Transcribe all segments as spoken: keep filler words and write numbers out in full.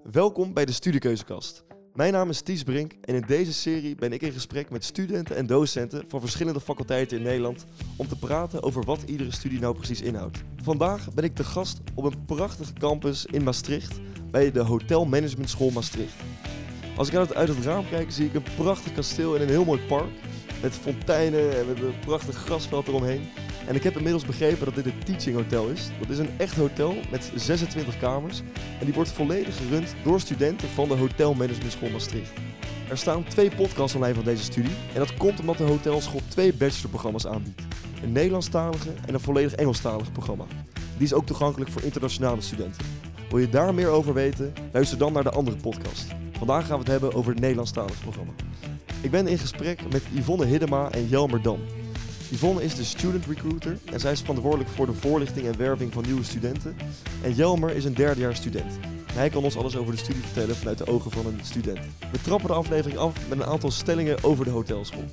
Welkom bij de Studiekeuzekast. Mijn naam is Ties Brink en in deze serie ben ik in gesprek met studenten en docenten van verschillende faculteiten in Nederland om te praten over wat iedere studie nou precies inhoudt. Vandaag ben ik te gast op een prachtige campus in Maastricht bij de Hotel Management School Maastricht. Als ik uit het raam kijk zie ik een prachtig kasteel en een heel mooi park met fonteinen en met een prachtig grasveld eromheen. En ik heb inmiddels begrepen dat dit een teaching hotel is. Dat is een echt hotel met zesentwintig kamers. En die wordt volledig gerund door studenten van de Hotel Management School Maastricht. Er staan twee podcasts online van deze studie. En dat komt omdat de hotelschool twee bachelorprogramma's aanbiedt. Een Nederlandstalige en een volledig Engelstalig programma. Die is ook toegankelijk voor internationale studenten. Wil je daar meer over weten? Luister dan naar de andere podcast. Vandaag gaan we het hebben over het Nederlandstalig programma. Ik ben in gesprek met Yvonne Hiddema en Jelmer Dam. Yvonne is de student recruiter en zij is verantwoordelijk voor de voorlichting en werving van nieuwe studenten. En Jelmer is een derdejaars student. En hij kan ons alles over de studie vertellen vanuit de ogen van een student. We trappen de aflevering af met een aantal stellingen over de hotelschool.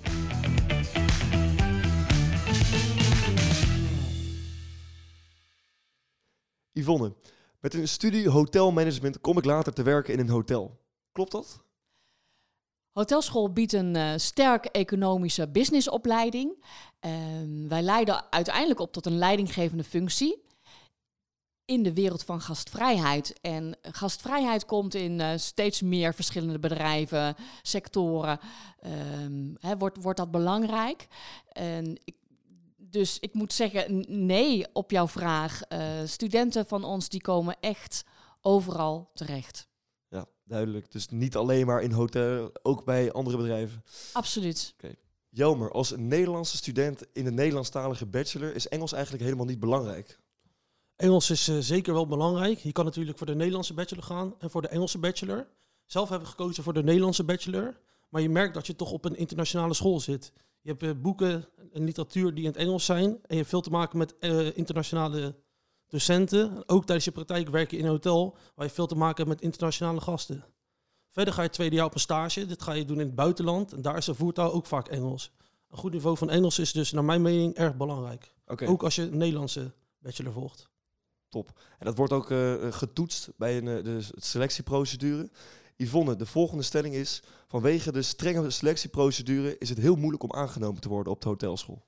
Yvonne, met een studie hotelmanagement kom ik later te werken in een hotel. Klopt dat? Hotelschool biedt een uh, sterk economische businessopleiding. Uh, wij leiden uiteindelijk op tot een leidinggevende functie in de wereld van gastvrijheid. En gastvrijheid komt in uh, steeds meer verschillende bedrijven, sectoren. Um, hè, wordt, wordt dat belangrijk? En ik, dus ik moet zeggen nee op jouw vraag. Uh, studenten van ons die komen echt overal terecht. Ja, duidelijk. Dus niet alleen maar in hotel, ook bij andere bedrijven. Absoluut. Okay. Jelmer, als Nederlandse student in een Nederlandstalige bachelor is Engels eigenlijk helemaal niet belangrijk. Engels is uh, zeker wel belangrijk. Je kan natuurlijk voor de Nederlandse bachelor gaan en voor de Engelse bachelor. Zelf heb ik gekozen voor de Nederlandse bachelor. Maar je merkt dat je toch op een internationale school zit. Je hebt uh, boeken en literatuur die in het Engels zijn. En je hebt veel te maken met uh, internationale docenten. Ook tijdens je praktijk werk je in een hotel waar je veel te maken hebt met internationale gasten. Verder ga je het tweede jaar op een stage. Dit ga je doen in het buitenland. En daar is de voertaal ook vaak Engels. Een goed niveau van Engels is dus naar mijn mening erg belangrijk. Okay. Ook als je een Nederlandse bachelor volgt. Top. En dat wordt ook uh, getoetst bij een, uh, de selectieprocedure. Yvonne, de volgende stelling is: vanwege de strenge selectieprocedure is het heel moeilijk om aangenomen te worden op de hotelschool.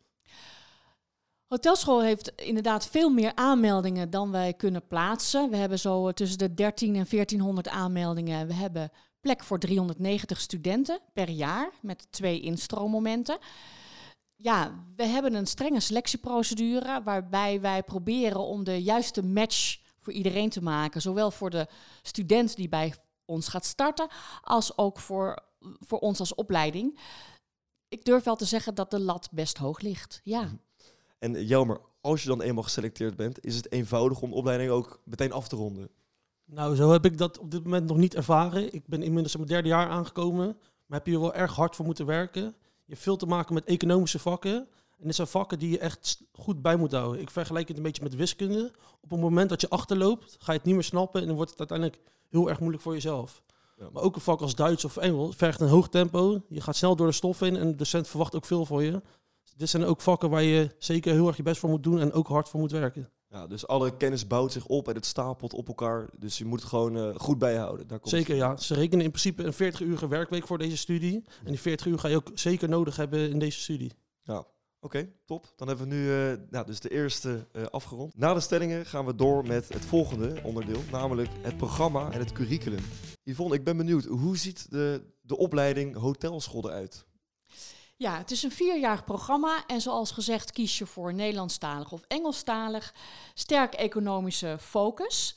Hotelschool heeft inderdaad veel meer aanmeldingen dan wij kunnen plaatsen. We hebben zo tussen de dertien en veertienhonderd aanmeldingen. We hebben plek voor driehonderdnegentig studenten per jaar met twee instroommomenten. Ja, we hebben een strenge selectieprocedure waarbij wij proberen om de juiste match voor iedereen te maken. Zowel voor de student die bij ons gaat starten als ook voor, voor ons als opleiding. Ik durf wel te zeggen dat de lat best hoog ligt, ja. En Jelmer, als je dan eenmaal geselecteerd bent, is het eenvoudig om de opleiding ook meteen af te ronden? Nou, zo heb ik dat op dit moment nog niet ervaren. Ik ben inmiddels in mijn derde jaar aangekomen, maar heb je er wel erg hard voor moeten werken. Je hebt veel te maken met economische vakken. En dit zijn vakken die je echt goed bij moet houden. Ik vergelijk het een beetje met wiskunde. Op het moment dat je achterloopt, ga je het niet meer snappen en dan wordt het uiteindelijk heel erg moeilijk voor jezelf. Ja. Maar ook een vak als Duits of Engels vergt een hoog tempo. Je gaat snel door de stof in en de docent verwacht ook veel van je. Dit zijn ook vakken waar je zeker heel erg je best voor moet doen en ook hard voor moet werken. Ja, dus alle kennis bouwt zich op en het stapelt op elkaar. Dus je moet het gewoon uh, goed bijhouden. Daar komt zeker, ja. Ze rekenen in principe een veertig-uurige werkweek voor deze studie. En die veertig uur ga je ook zeker nodig hebben in deze studie. Ja, oké, okay, top. Dan hebben we nu uh, nou, dus de eerste uh, afgerond. Na de stellingen gaan we door met het volgende onderdeel, namelijk het programma en het curriculum. Yvonne, ik ben benieuwd, hoe ziet de, de opleiding hotelschool eruit? Ja, het is een vierjarig programma en zoals gezegd kies je voor Nederlandstalig of Engelstalig. Sterk economische focus.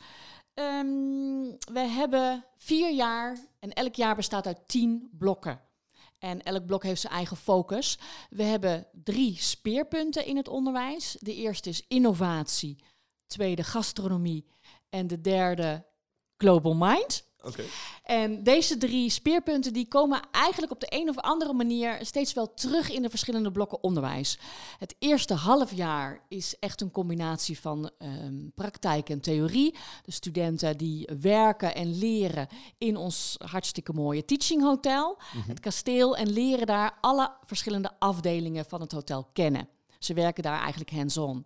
Um, we hebben vier jaar en elk jaar bestaat uit tien blokken. En elk blok heeft zijn eigen focus. We hebben drie speerpunten in het onderwijs. De eerste is innovatie, tweede gastronomie en de derde global mind. Okay. En deze drie speerpunten die komen eigenlijk op de een of andere manier steeds wel terug in de verschillende blokken onderwijs. Het eerste halfjaar is echt een combinatie van um, praktijk en theorie. De studenten die werken en leren in ons hartstikke mooie teaching hotel, mm-hmm. het kasteel, en leren daar alle verschillende afdelingen van het hotel kennen. Ze werken daar eigenlijk hands-on.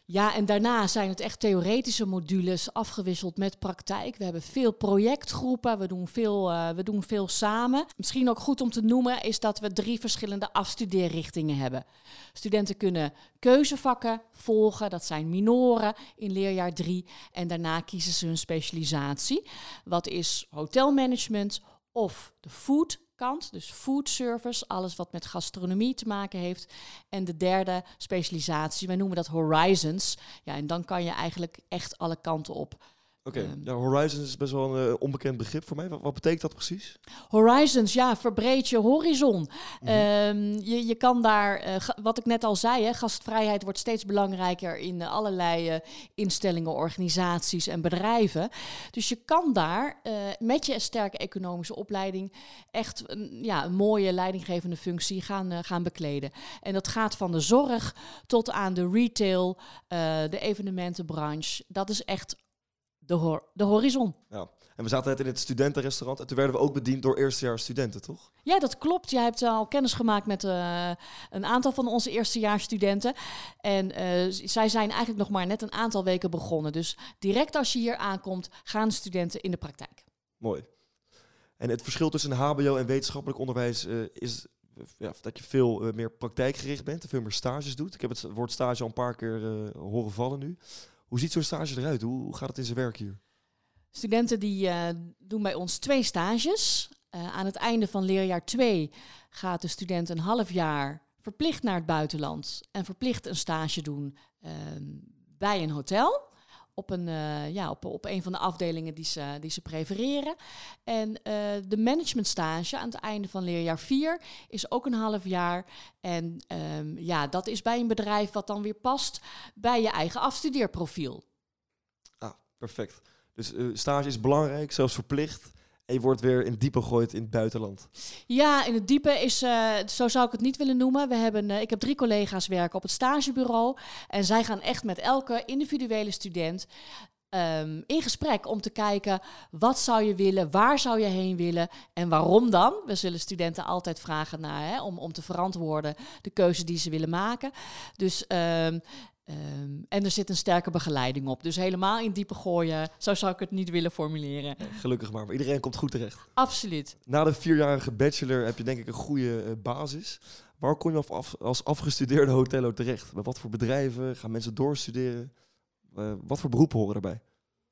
Ja, en daarna zijn het echt theoretische modules afgewisseld met praktijk. We hebben veel projectgroepen, we doen veel, uh, we doen veel samen. Misschien ook goed om te noemen is dat we drie verschillende afstudeerrichtingen hebben. Studenten kunnen keuzevakken volgen, dat zijn minoren in leerjaar drie. En daarna kiezen ze hun specialisatie. Wat is hotelmanagement of de food kant, dus food service, alles wat met gastronomie te maken heeft. En de derde specialisatie, wij noemen dat Horizons. Ja, en dan kan je eigenlijk echt alle kanten op. Oké, okay, um, ja, Horizons is best wel een uh, onbekend begrip voor mij. Wat, wat betekent dat precies? Horizons, ja, verbreed je horizon. Mm-hmm. Um, je, je kan daar, uh, ga, wat ik net al zei, hè, gastvrijheid wordt steeds belangrijker in uh, allerlei uh, instellingen, organisaties en bedrijven. Dus je kan daar uh, met je sterke economische opleiding echt een, ja, een mooie leidinggevende functie gaan, uh, gaan bekleden. En dat gaat van de zorg tot aan de retail, uh, de evenementenbranche. Dat is echt De, hor- de horizon. Ja. En we zaten net in het studentenrestaurant en toen werden we ook bediend door eerstejaars studenten, toch? Ja, dat klopt. Jij hebt al kennis gemaakt met uh, een aantal van onze eerstejaarsstudenten. En uh, zij zijn eigenlijk nog maar net een aantal weken begonnen. Dus direct als je hier aankomt, gaan studenten in de praktijk. Mooi. En het verschil tussen H B O en wetenschappelijk onderwijs uh, is ja, dat je veel uh, meer praktijkgericht bent en veel meer stages doet. Ik heb het woord stage al een paar keer uh, horen vallen nu. Hoe ziet zo'n stage eruit? Hoe, hoe gaat het in zijn werk hier? Studenten die uh, doen bij ons twee stages. Uh, aan het einde van leerjaar twee gaat de student een half jaar verplicht naar het buitenland en verplicht een stage doen uh, bij een hotel. Op een, uh, ja, op, op een van de afdelingen die ze, die ze prefereren. En uh, de managementstage aan het einde van leerjaar vier is ook een half jaar. En um, ja, dat is bij een bedrijf wat dan weer past bij je eigen afstudeerprofiel. Ah, perfect. Dus uh, stage is belangrijk, zelfs verplicht. En je wordt weer in het diepe gegooid in het buitenland. Ja, in het diepe is, uh, zo zou ik het niet willen noemen. We hebben, uh, ik heb drie collega's werken op het stagebureau. En zij gaan echt met elke individuele student um, in gesprek om te kijken, wat zou je willen, waar zou je heen willen en waarom dan? We zullen studenten altijd vragen naar, hè, om, om te verantwoorden de keuze die ze willen maken. Dus Um, Um, en er zit een sterke begeleiding op. Dus helemaal in diepe gooien, zo zou ik het niet willen formuleren. Ja, gelukkig maar, maar iedereen komt goed terecht. Absoluut. Na de vierjarige bachelor heb je denk ik een goede uh, basis. Waar kon je af, als afgestudeerde hotello terecht? Bij wat voor bedrijven? Gaan mensen doorstuderen? Uh, wat voor beroepen horen daarbij?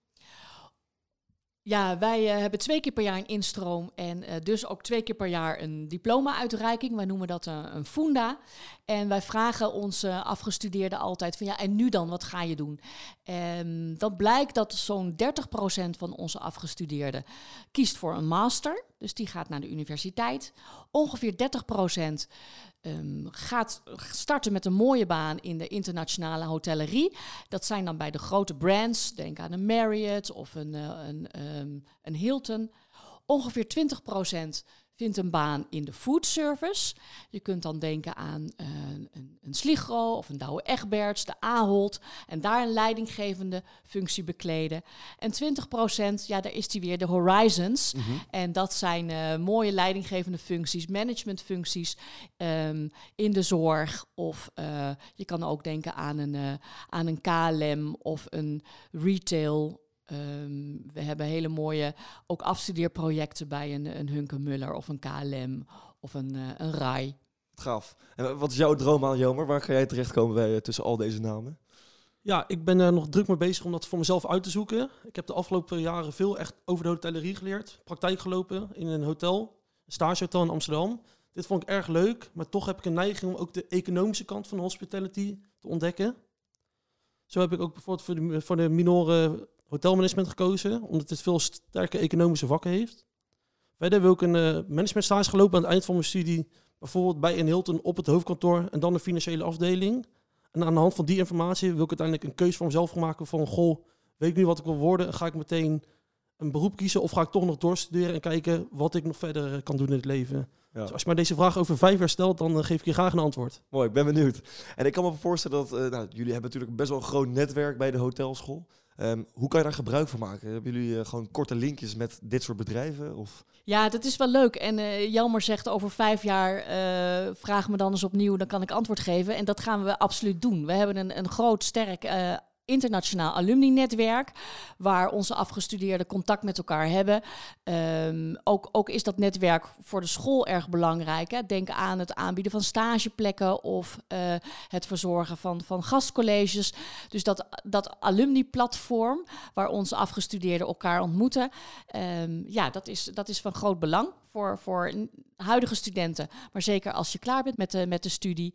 Ja, wij uh, hebben twee keer per jaar een instroom en uh, dus ook twee keer per jaar een diploma-uitreiking. Wij noemen dat uh, een funda. En wij vragen onze afgestudeerden altijd van ja, en nu dan, wat ga je doen? En dan blijkt dat zo'n dertig procent van onze afgestudeerden kiest voor een master. Dus die gaat naar de universiteit. Ongeveer dertig procent um, gaat starten met een mooie baan in de internationale hotellerie. Dat zijn dan bij de grote brands. Denk aan een Marriott of een, uh, een, um, een Hilton. Ongeveer twintig procent vindt een baan in de food service. Je kunt dan denken aan uh, een, een Sligro of een Douwe Egberts, de Ahold, en daar een leidinggevende functie bekleden. En twintig procent, ja, daar is die weer, de Horizons. Mm-hmm. En dat zijn uh, mooie leidinggevende functies, managementfuncties um, in de zorg. Of uh, je kan ook denken aan een, uh, aan een K L M of een retail. Um, we hebben hele mooie ook afstudeerprojecten bij een, een Hunke Muller of een K L M of een, uh, een R A I. Gaaf. En wat is jouw droom aan, Jelmer? Waar ga jij terechtkomen bij, uh, tussen al deze namen? Ja, ik ben er nog druk mee bezig om dat voor mezelf uit te zoeken. Ik heb de afgelopen jaren veel echt over de hotellerie geleerd. Praktijk gelopen in een hotel, een stagehotel in Amsterdam. Dit vond ik erg leuk, maar toch heb ik een neiging om ook de economische kant van de hospitality te ontdekken. Zo heb ik ook bijvoorbeeld voor de, voor de minoren hotelmanagement gekozen, omdat het veel sterke economische vakken heeft. Verder wil ik een uh, managementstage gelopen aan het eind van mijn studie, bijvoorbeeld bij een Hilton op het hoofdkantoor en dan de financiële afdeling. En aan de hand van die informatie wil ik uiteindelijk een keuze voor mezelf maken van, goh, weet ik nu wat ik wil worden? Ga ik meteen een beroep kiezen of ga ik toch nog doorstuderen en kijken wat ik nog verder kan doen in het leven? Ja. Dus als je mij deze vraag over vijf jaar stelt, dan uh, geef ik je graag een antwoord. Mooi, ik ben benieuwd. En ik kan me voorstellen dat, uh, nou, jullie hebben natuurlijk best wel een groot netwerk bij de hotelschool. Um, hoe kan je daar gebruik van maken? Hebben jullie uh, gewoon korte linkjes met dit soort bedrijven? Of? Ja, dat is wel leuk. En uh, Jelmer zegt over vijf jaar, uh, vraag me dan eens opnieuw, dan kan ik antwoord geven. En dat gaan we absoluut doen. We hebben een, een groot, sterk uh, internationaal alumni-netwerk, waar onze afgestudeerden contact met elkaar hebben. Um, ook, ook is dat netwerk voor de school erg belangrijk. Hè. Denk aan het aanbieden van stageplekken of uh, het verzorgen van, van gastcolleges. Dus dat, dat alumni-platform waar onze afgestudeerden elkaar ontmoeten, um, ja, dat is, dat is van groot belang voor, voor huidige studenten. Maar zeker als je klaar bent met de, met de studie.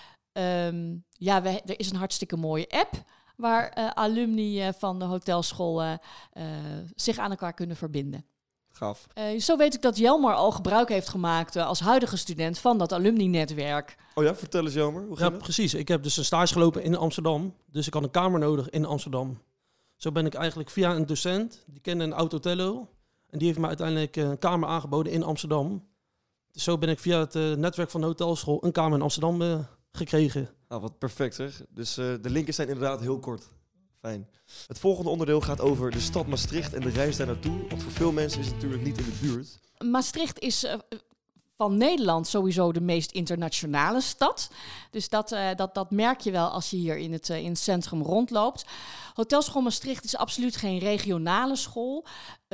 Um, ja, we, er is een hartstikke mooie app waar uh, alumni uh, van de hotelschool uh, uh, zich aan elkaar kunnen verbinden. Gaaf. Uh, zo weet ik dat Jelmer al gebruik heeft gemaakt uh, als huidige student van dat alumni-netwerk. Oh ja, vertel eens Jelmer. Hoe ging ja, het? precies. Ik heb dus een stage gelopen in Amsterdam. Dus ik had een kamer nodig in Amsterdam. Zo ben ik eigenlijk via een docent, die kende een oud-hotello. En die heeft me uiteindelijk een kamer aangeboden in Amsterdam. Dus zo ben ik via het uh, netwerk van de hotelschool een kamer in Amsterdam uh, gekregen. Nou, wat perfect zeg. Dus uh, de linkjes zijn inderdaad heel kort. Fijn. Het volgende onderdeel gaat over de stad Maastricht en de reis daar naartoe. Want voor veel mensen is het natuurlijk niet in de buurt. Maastricht is uh, van Nederland sowieso de meest internationale stad. Dus dat, uh, dat, dat merk je wel als je hier in het, uh, in het centrum rondloopt. Hotelschool Maastricht is absoluut geen regionale school.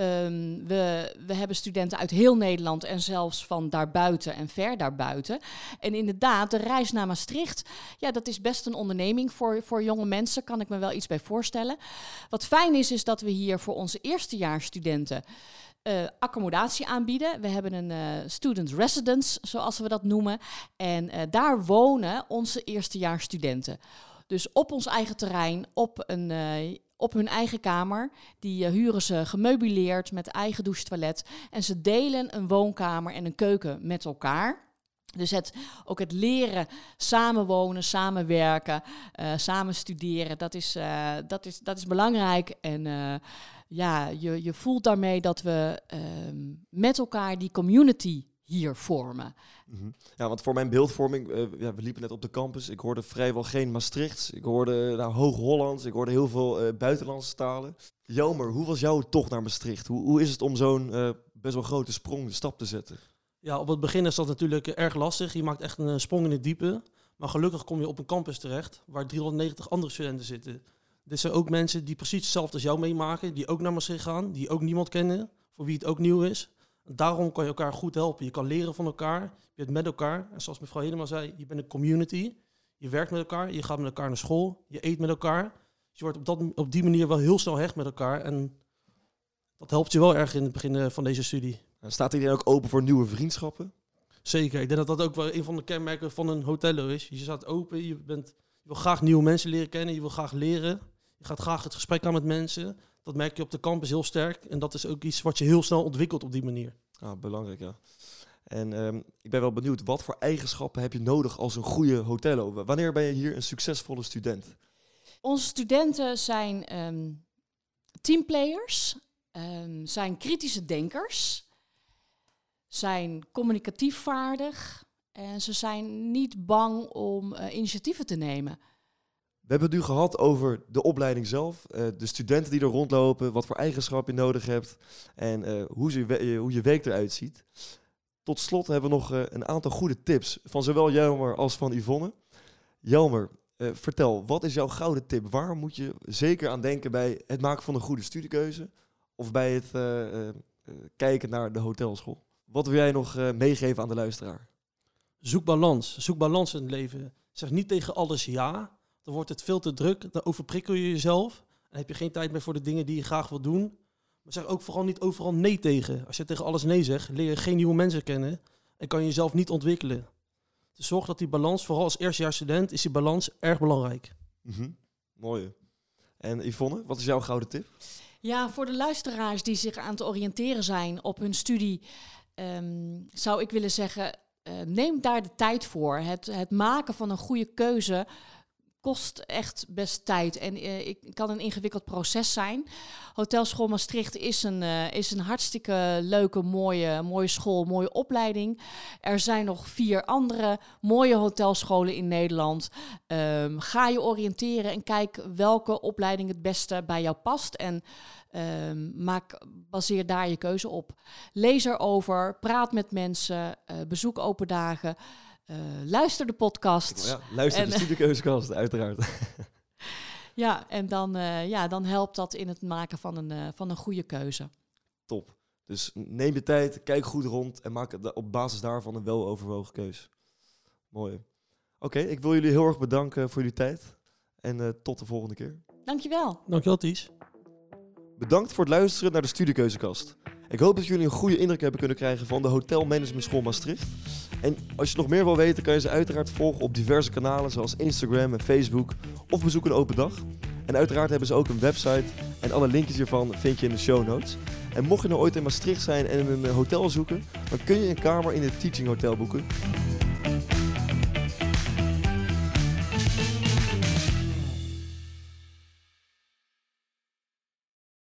Um, we, we hebben studenten uit heel Nederland en zelfs van daarbuiten en ver daarbuiten. En inderdaad, de reis naar Maastricht, ja, dat is best een onderneming voor, voor jonge mensen. Kan ik me wel iets bij voorstellen. Wat fijn is, is dat we hier voor onze eerstejaarsstudenten Uh, accommodatie aanbieden. We hebben een uh, student residence, zoals we dat noemen. En uh, daar wonen onze eerstejaarsstudenten. Dus op ons eigen terrein, op, een, uh, op hun eigen kamer. Die uh, huren ze gemeubileerd met eigen douchetoilet. En ze delen een woonkamer en een keuken met elkaar. Dus het, ook het leren, samenwonen, samenwerken, uh, samen studeren, dat is, uh, dat is, dat is belangrijk. En uh, ja, je, je voelt daarmee dat we uh, met elkaar die community hier vormen. Mm-hmm. Ja, want voor mijn beeldvorming, uh, ja, we liepen net op de campus, ik hoorde vrijwel geen Maastrichts, ik hoorde nou, Hoog-Hollands, ik hoorde heel veel uh, buitenlandse talen. Jelmer, hoe was jouw tocht naar Maastricht? Hoe, hoe is het om zo'n uh, best wel grote sprong, de stap te zetten? Ja, op het begin is dat natuurlijk erg lastig. Je maakt echt een sprong in het diepe. Maar gelukkig kom je op een campus terecht waar driehonderdnegentig andere studenten zitten. Dit zijn ook mensen die precies hetzelfde als jou meemaken, die ook naar Maastricht gaan, die ook niemand kennen, voor wie het ook nieuw is. Daarom kan je elkaar goed helpen. Je kan leren van elkaar, je bent met elkaar. En zoals mevrouw Helemaal zei, je bent een community. Je werkt met elkaar, je gaat met elkaar naar school, je eet met elkaar. Dus je wordt op, dat, op die manier wel heel snel hecht met elkaar. En dat helpt je wel erg in het begin van deze studie. Staat iedereen ook open voor nieuwe vriendschappen? Zeker. Ik denk dat dat ook wel een van de kenmerken van een hotello is. Je staat open, je, bent, je wil graag nieuwe mensen leren kennen, je wil graag leren. Je gaat graag het gesprek aan met mensen. Dat merk je op de campus heel sterk. En dat is ook iets wat je heel snel ontwikkelt op die manier. Ah, belangrijk, ja. En um, ik ben wel benieuwd, wat voor eigenschappen heb je nodig als een goede hotello? Wanneer ben je hier een succesvolle student? Onze studenten zijn um, teamplayers, um, zijn kritische denkers, zijn communicatief vaardig en ze zijn niet bang om uh, initiatieven te nemen. We hebben het nu gehad over de opleiding zelf, uh, de studenten die er rondlopen, wat voor eigenschappen je nodig hebt en uh, hoe, ze we- hoe je week eruit ziet. Tot slot hebben we nog uh, een aantal goede tips van zowel Jelmer als van Yvonne. Jelmer, uh, vertel, wat is jouw gouden tip? Waar moet je zeker aan denken bij het maken van een goede studiekeuze of bij het uh, uh, uh, kijken naar de hotelschool? Wat wil jij nog uh, meegeven aan de luisteraar? Zoek balans. Zoek balans in het leven. Zeg niet tegen alles ja. Dan wordt het veel te druk. Dan overprikkel je jezelf. En heb je geen tijd meer voor de dingen die je graag wil doen. Maar zeg ook vooral niet overal nee tegen. Als je tegen alles nee zegt, leer je geen nieuwe mensen kennen. En kan je jezelf niet ontwikkelen. Dus zorg dat die balans, vooral als eerstejaarsstudent, is die balans erg belangrijk. Mm-hmm. Mooi. En Yvonne, wat is jouw gouden tip? Ja, voor de luisteraars die zich aan het oriënteren zijn op hun studie, um, zou ik willen zeggen, uh, neem daar de tijd voor. Het, het maken van een goede keuze kost echt best tijd en uh, ik kan een ingewikkeld proces zijn. Hotelschool Maastricht is een, uh, is een hartstikke leuke, mooie, mooie school, mooie opleiding. Er zijn nog vier andere mooie hotelscholen in Nederland. Um, ga je oriënteren en kijk welke opleiding het beste bij jou past. En um, maak, baseer daar je keuze op. Lees erover, praat met mensen, uh, bezoek open dagen. Uh, luister de podcasts. Ja, luister en, de studiekeuzekast, uiteraard. Ja, en dan, uh, ja, dan helpt dat in het maken van een, uh, van een goede keuze. Top. Dus neem de tijd, kijk goed rond en maak op basis daarvan een weloverwogen keus. Mooi. Oké, okay, ik wil jullie heel erg bedanken voor jullie tijd. En uh, tot de volgende keer. Dankjewel. Dankjewel, Ties. Bedankt voor het luisteren naar de Studiekeuzekast. Ik hoop dat jullie een goede indruk hebben kunnen krijgen van de Hotel Management School Maastricht. En als je nog meer wil weten, kan je ze uiteraard volgen op diverse kanalen zoals Instagram en Facebook of bezoek een open dag. En uiteraard hebben ze ook een website en alle linkjes hiervan vind je in de show notes. En mocht je nou ooit in Maastricht zijn en een hotel zoeken, dan kun je een kamer in het Teaching Hotel boeken.